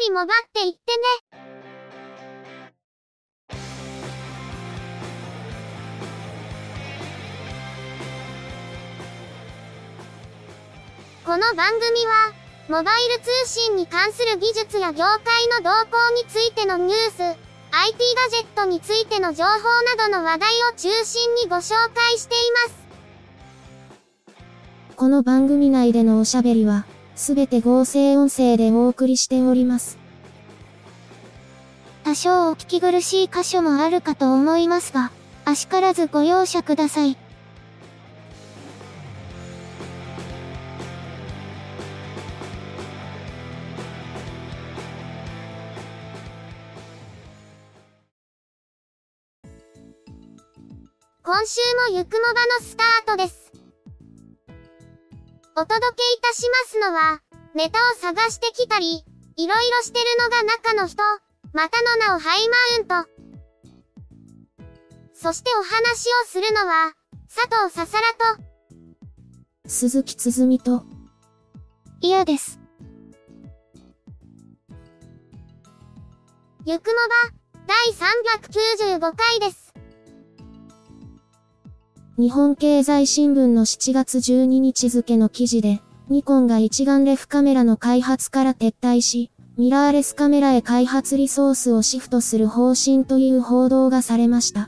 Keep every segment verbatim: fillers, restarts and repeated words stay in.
りもばっていってね。この番組は、モバイル通信に関する技術や業界の動向についてのニュース、アイティー ガジェットについての情報などの話題を中心にご紹介しています。 この番組内でのおしゃべりは、すべて合成音声でお送りしております。 多少お聞き苦しい箇所もあるかと思いますが、あしからずご容赦ください。今週もゆくもばのスタートです。お届けいたしますのは、ネタを探してきたり、いろいろしてるのが中の人、またの名をハイマウント。そしてお話をするのは、佐藤ささらと、 鈴木つづみと、 いやです。ゆくもば、だいさんびゃくきゅうじゅうごかいです。 日本経済新聞のしちがつじゅうににち付の記事で、ニコンが一眼レフカメラの開発から撤退し、ミラーレスカメラへ開発リソースをシフトする方針という報道がされました。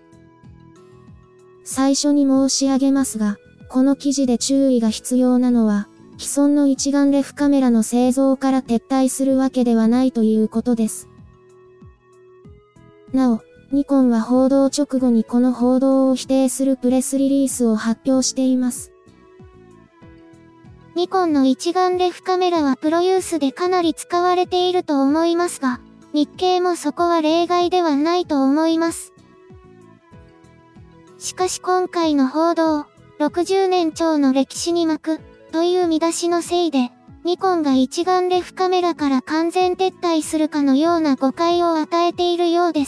最初に申し上げますが、この記事で注意が必要なのは、既存の一眼レフカメラの製造から撤退するわけではないということです。なお、ニコンは報道直後にこの報道を否定するプレスリリースを発表しています。 ニコンの一眼レフカメラはプロユースでかなり使われていると思いますが、日経もそこは例外ではないと思います。しかし今回の報道、ろくじゅうねん超の歴史に幕、という見出しのせいで、ニコンが一眼レフカメラから完全撤退するかのような誤解を与えているようです。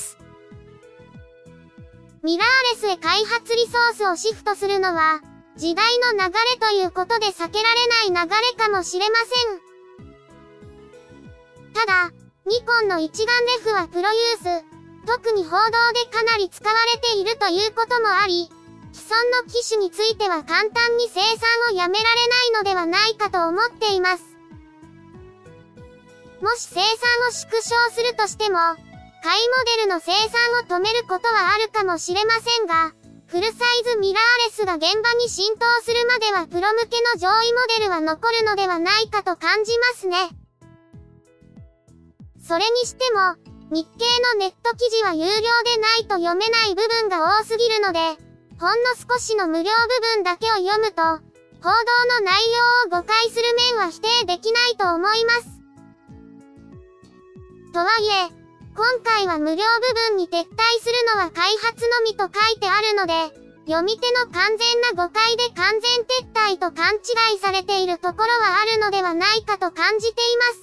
ミラーレスへ開発リソースをシフトするのは、時代の流れということで避けられない流れかもしれません。ただ、ニコンの一眼レフはプロユース、特に報道でかなり使われているということもあり、既存の機種については簡単に生産をやめられないのではないかと思っています。もし生産を縮小するとしても、買いモデルの生産を止めることはあるかもしれませんが、フルサイズミラーレスが現場に浸透するまではプロ向けの上位モデルは残るのではないかと感じますね。それにしても、日経のネット記事は有料でないと読めない部分が多すぎるので、ほんの少しの無料部分だけを読むと、報道の内容を誤解する面は否定できないと思います。とはいえ、今回は無料部分に撤退するのは開発のみと書いてあるので、読み手の完全な誤解で完全撤退と勘違いされているところはあるのではないかと感じています。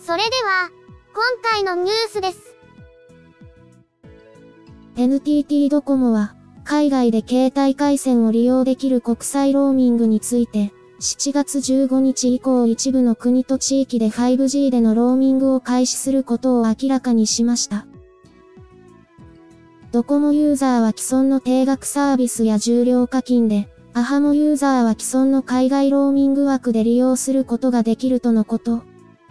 それでは、今回のニュースです。 エヌティーティー ドコモは、海外で携帯回線を利用できる国際ローミングについて、しちがつじゅうごにち以降一部の国と地域で ファイブジー でのローミングを開始することを明らかにしました。ドコモユーザーは既存の定額サービスや重量課金で、アハモユーザーは既存の海外ローミング枠で利用することができるとのこと。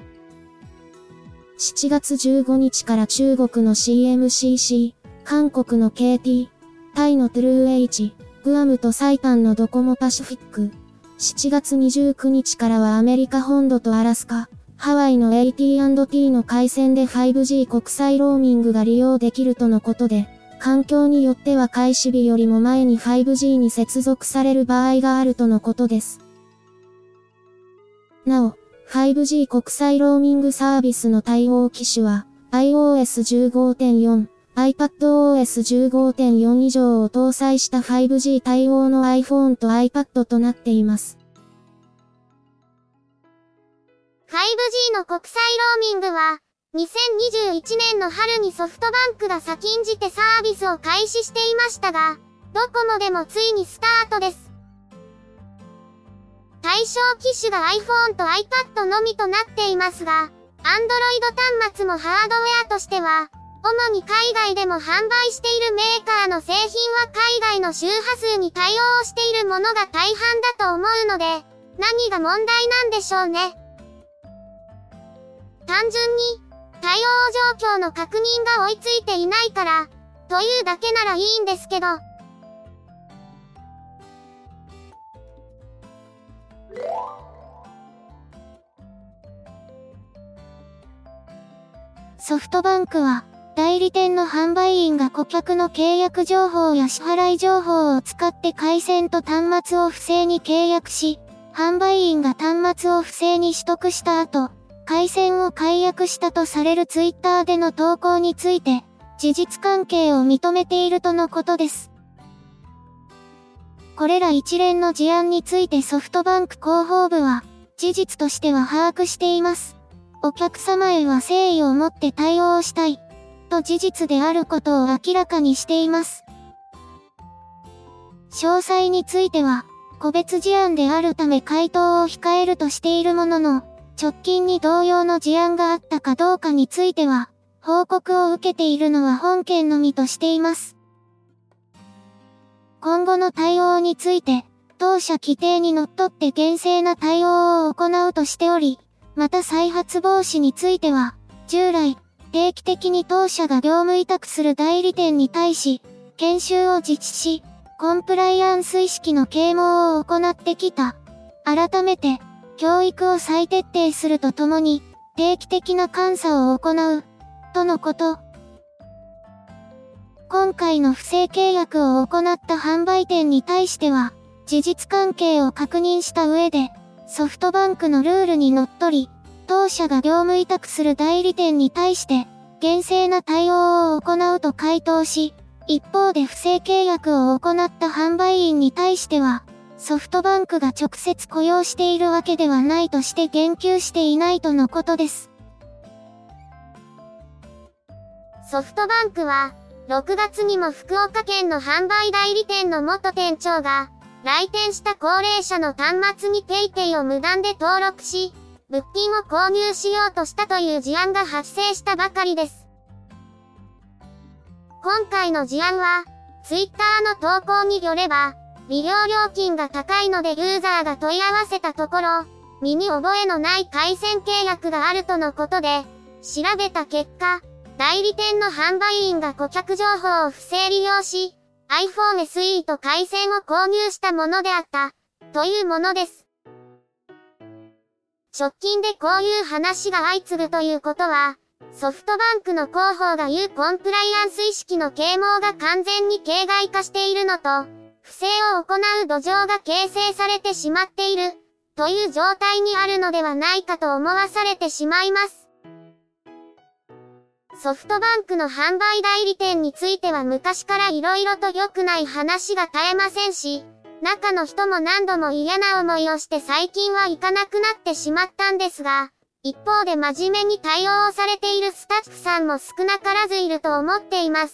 しちがつじゅうごにちから中国の シーエムシーシー、韓国の ケーティー、タイのトゥルーエイチ、グアムとサイパンのドコモパシフィック。しちがつにじゅうくにちからはアメリカ本土とアラスカ、ハワイの エーティーアンドティー の回線で ファイブジー 国際ローミングが利用できるとのことで、環境によっては開始日よりも前に ファイブジー に接続される場合があるとのことです。なお、ファイブジー 国際ローミングサービスの対応機種は、アイオーエスじゅうごてんよん、iPadOS じゅうごてんよん 以上を搭載した ファイブジー 対応の iPhone と iPad となっています。 ファイブジー の国際ローミングは、にせんにじゅういちねんの春にソフトバンクが先んじてサービスを開始していましたが、 ドコモでもついにスタートです。対象機種が iPhone と iPad のみとなっていますが、Android 端末もハードウェアとしては、主に海外でも販売しているメーカーの製品は海外の周波数に対応しているものが大半だと思うので、何が問題なんでしょうね。単純に、対応状況の確認が追いついていないから、というだけならいいんですけど。 ソフトバンクは、代理店の販売員が顧客の契約情報や支払い情報を使って回線と端末を不正に契約し、販売員が端末を不正に取得した後、回線を解約したとされるツイッターでの投稿について、事実関係を認めているとのことです。これら一連の事案についてソフトバンク広報部は、事実としては把握しています。お客様へは誠意を持って対応したい、と事実であることを明らかにしています。詳細については、個別事案であるため回答を控えるとしているものの、直近に同様の事案があったかどうかについては、報告を受けているのは本件のみとしています。今後の対応について、当社規定にのっとって厳正な対応を行うとしており、また再発防止については、従来、定期的に当社が業務委託する代理店に対し、研修を実施し、コンプライアンス意識の啓蒙を行ってきた。改めて、教育を再徹底するとともに、定期的な監査を行う、とのこと。今回の不正契約を行った販売店に対しては、事実関係を確認した上で、ソフトバンクのルールにのっとり、当社が業務委託する代理店に対して、厳正な対応を行うと回答し、一方で不正契約を行った販売員に対しては、ソフトバンクが直接雇用しているわけではないとして言及していないとのことです。 ソフトバンクは、ろくがつにも福岡県の販売代理店の元店長が、来店した高齢者の端末に PayPay を無断で登録し、物品を購入しようとしたという事案が発生したばかりです。今回の事案は、ツイッターの投稿によれば、利用料金が高いのでユーザーが問い合わせたところ、身に覚えのない回線契約があるとのことで、調べた結果、代理店の販売員が顧客情報を不正利用し、iPhone エスイー と回線を購入したものであった、というものです。直近でこういう話が相次ぐということは、ソフトバンクの広報が言うコンプライアンス意識の啓蒙が完全に形骸化しているのと、不正を行う土壌が形成されてしまっている、という状態にあるのではないかと思わされてしまいます。ソフトバンクの販売代理店については昔から色々と良くない話が絶えませんし、中の人も何度も嫌な思いをして最近は行かなくなってしまったんですが、一方で真面目に対応をされているスタッフさんも少なからずいると思っています。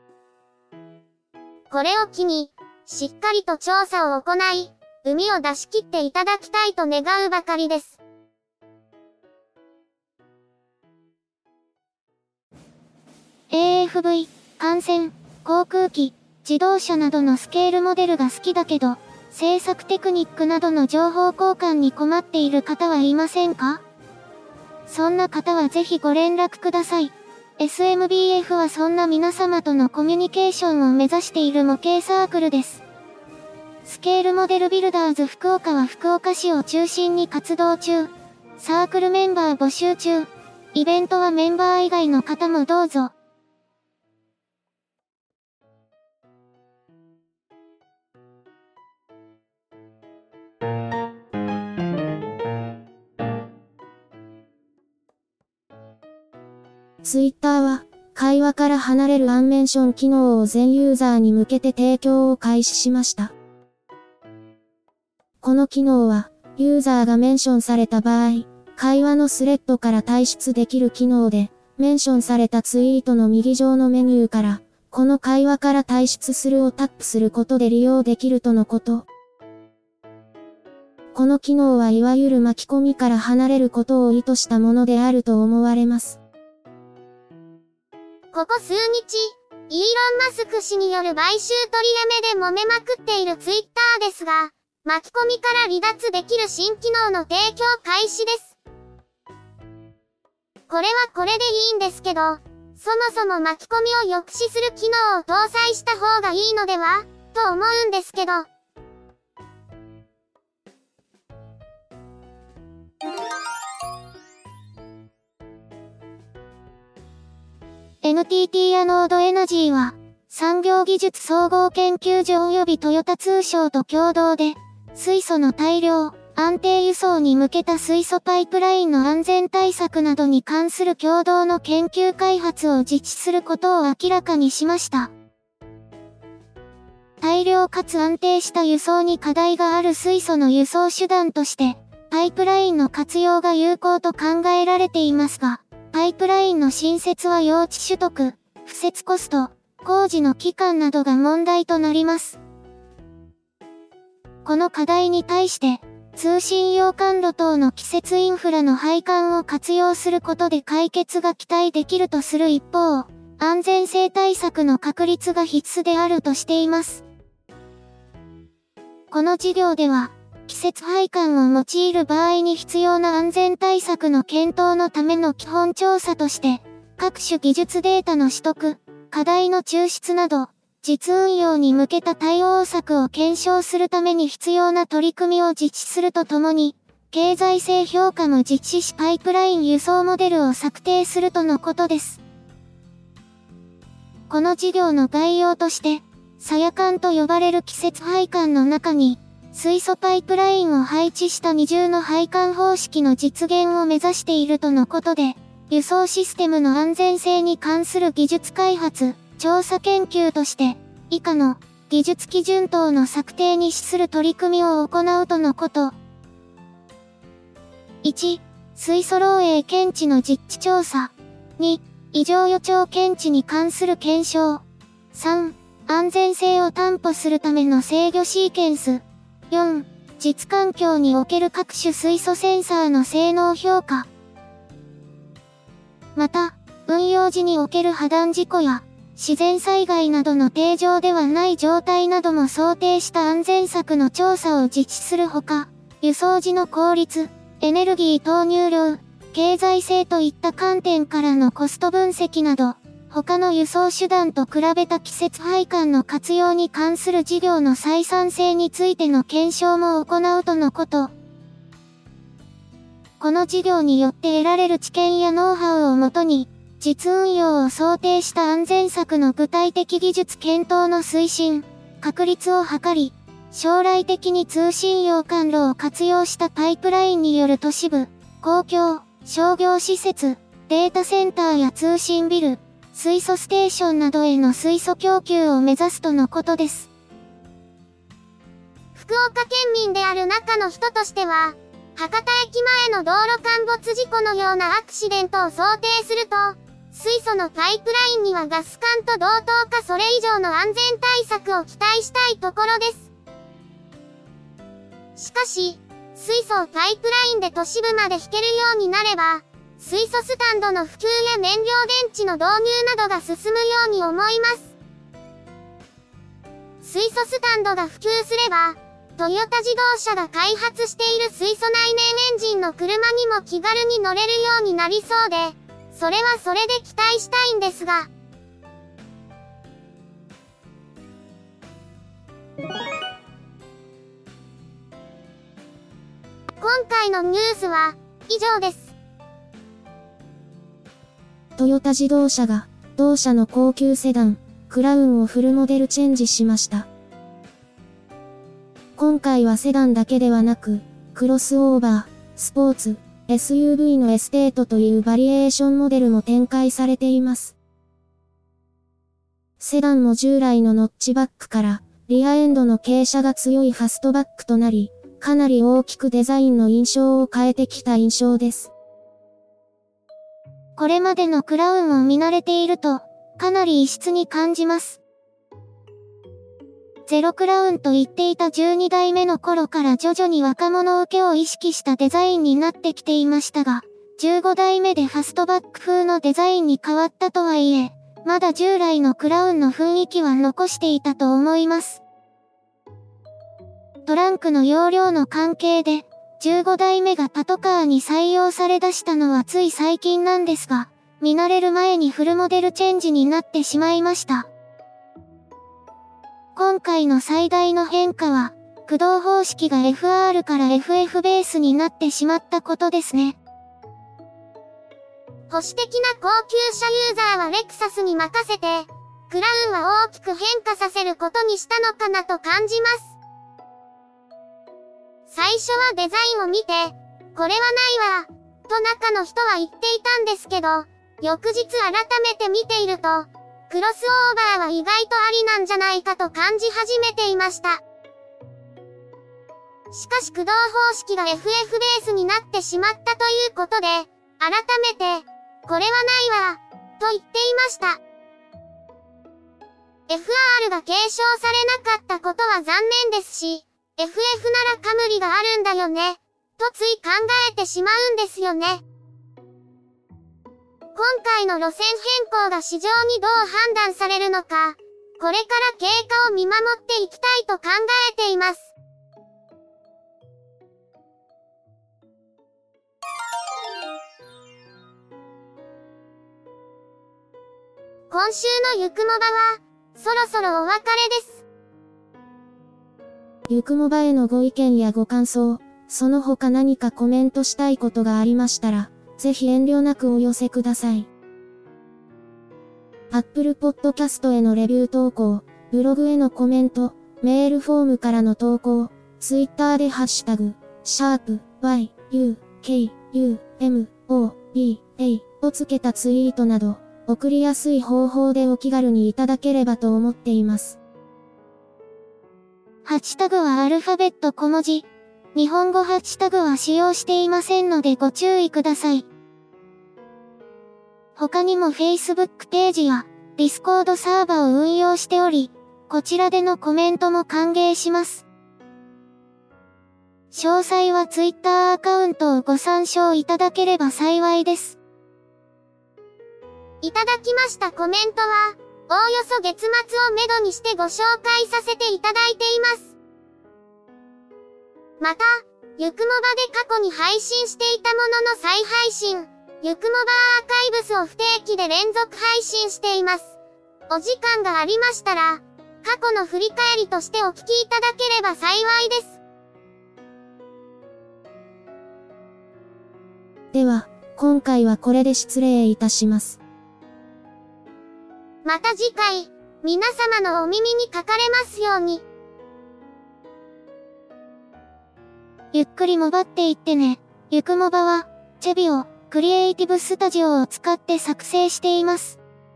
これを機に、しっかりと調査を行い、膿を出し切っていただきたいと願うばかりです。 エーエフブイ、艦船、航空機、自動車などのスケールモデルが好きだけど、制作テクニックなどの情報交換に困っている方はいませんか？そんな方はぜひご連絡ください。エスエムビーエフ はそんな皆様とのコミュニケーションを目指している模型サークルです。スケールモデルビルダーズ福岡は福岡市を中心に活動中。サークルメンバー募集中。イベントはメンバー以外の方もどうぞ。ツイッターは、会話から離れるアンメンション機能を全ユーザーに向けて提供を開始しました。この機能は、ユーザーがメンションされた場合、会話のスレッドから退出できる機能で、メンションされたツイートの右上のメニューから、 この会話から退出するをタップすることで利用できるとのこと。この機能はいわゆる巻き込みから離れることを意図したものであると思われます。 ここ数日、イーロン・マスク氏による買収取りやめで揉めまくっているツイッターですが、巻き込みから離脱できる新機能の提供開始です。これはこれでいいんですけど、そもそも巻き込みを抑止する機能を搭載した方がいいのではと思うんですけど。エヌティーティー やノードエナジーは、産業技術総合研究所及びトヨタ通商と共同で、水素の大量、安定輸送に向けた水素パイプラインの安全対策などに関する共同の研究開発を実施することを明らかにしました。大量かつ安定した輸送に課題がある水素の輸送手段として、パイプラインの活用が有効と考えられていますが、パイプラインの新設は用地取得、敷設コスト、工事の期間などが問題となります。この課題に対して、通信用管路等の季節インフラの配管を活用することで解決が期待できるとする一方、安全性対策の確立が必須であるとしています。この事業では、季節配管を用いる場合に必要な安全対策の検討のための基本調査として、各種技術データの取得、課題の抽出など、実運用に向けた対応策を検証するために必要な取り組みを実施するとともに、経済性評価も実施しパイプライン輸送モデルを策定するとのことです。この事業の概要として、サヤ管と呼ばれる季節配管の中に、水素パイプラインを配置した二重の配管方式の実現を目指しているとのことで、輸送システムの安全性に関する技術開発、調査研究として、以下の技術基準等の策定に資する取り組みを行うとのこと。いち、水素漏洩検知の実地調査。に、異常予兆検知に関する検証。さん、安全性を担保するための制御シーケンス。よん、実環境における各種水素センサーの性能評価。また、運用時における破断事故や、自然災害などの定常ではない状態なども想定した安全策の調査を実施するほか、輸送時の効率、エネルギー投入量、経済性といった観点からのコスト分析など、他の輸送手段と比べた季節配管の活用に関する事業の採算性についての検証も行うとのこと。この事業によって得られる知見やノウハウをもとに、実運用を想定した安全策の具体的技術検討の推進、確立を図り、将来的に通信用管路を活用したパイプラインによる都市部、公共、商業施設、データセンターや通信ビル、水素ステーションなどへの水素供給を目指すとのことです。福岡県民である中の人としては、博多駅前の道路陥没事故のようなアクシデントを想定すると、水素のパイプラインにはガス管と同等かそれ以上の安全対策を期待したいところです。しかし、水素をパイプラインで都市部まで引けるようになれば、水素スタンドの普及や燃料電池の導入などが進むように思います。水素スタンドが普及すれば、トヨタ自動車が開発している水素内燃エンジンの車にも気軽に乗れるようになりそうで、それはそれで期待したいんですが。今回のニュースは以上です。 トヨタ自動車が同社の高級セダン、クラウンをフルモデルチェンジしました。今回はセダンだけではなく、クロスオーバー、スポーツ、エスユーブイ のエステートというバリエーションモデルも展開されています。セダンも従来のノッチバックから、リアエンドの傾斜が強いファストバックとなり、かなり大きくデザインの印象を変えてきた印象です。 これまでのクラウンを見慣れていると、 かなり異質に感じます。ゼロクラウンと言っていたじゅうにだいめの頃から徐々に若者受けを意識したデザインになってきていましたが、じゅうごだいめでファストバック風のデザインに変わったとはいえ、まだ従来のクラウンの雰囲気は残していたと思います。トランクの容量の関係で、じゅうごだいめがパトカーに採用され出したのはつい最近なんですが、見慣れる前にフルモデルチェンジになってしまいました。今回の最大の変化は、駆動方式が エフアール から エフエフ ベースになってしまったことですね。保守的な高級車ユーザーはレクサスに任せて、クラウンは大きく変化させることにしたのかなと感じます。最初はデザインを見て、これはないわ、と中の人は言っていたんですけど、翌日改めて見ていると、クロスオーバーは意外とありなんじゃないかと感じ始めていました。しかし駆動方式が エフエフ ベースになってしまったということで、改めて、これはないわ、と言っていました。エフアール が継承されなかったことは残念ですし、エフエフ ならカムリがあるんだよね、とつい考えてしまうんですよね。今回の路線変更が市場にどう判断されるのか、これから経過を見守っていきたいと考えています。今週のゆくもばは、そろそろお別れです。 ゆくもばへのご意見やご感想、その他何かコメントしたいことがありましたら、ぜひ遠慮なくお寄せください。Apple Podcast へのレビュー投稿、ブログへのコメント、メールフォームからの投稿、Twitter でハッシュタグ、シャープ y, u, k, u, m, o, b, a をつけたツイートなど、送りやすい方法でお気軽にいただければと思っています。 ハッシュタグはアルファベット小文字。日本語ハッシュタグは使用していませんのでご注意ください。他にも Facebook ページや Discord サーバを運用しており、こちらでのコメントも歓迎します。詳細は Twitter アカウントをご参照いただければ幸いです。いただきましたコメントは、おおよそ月末をめどにしてご紹介させていただいています。また、ゆくもばで過去に配信していたものの再配信、ゆくもばアーカイブスを不定期で連続配信しています。お時間がありましたら、過去の振り返りとしてお聞きいただければ幸いです。 では、今回はこれで失礼いたします。 また次回、皆様のお耳にかかれますように。ゆっくりもばっていってね。ゆくもばは、チェビオ、クリエイティブスタジオを使って作成しています。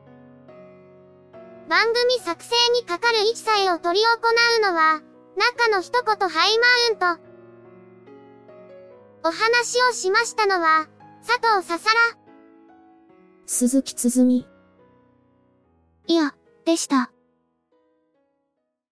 番組作成にかかる一切を取り行うのは、中の一言ハイマウント。お話をしましたのは、佐藤ささら、 鈴木つづみ、 いや、でした。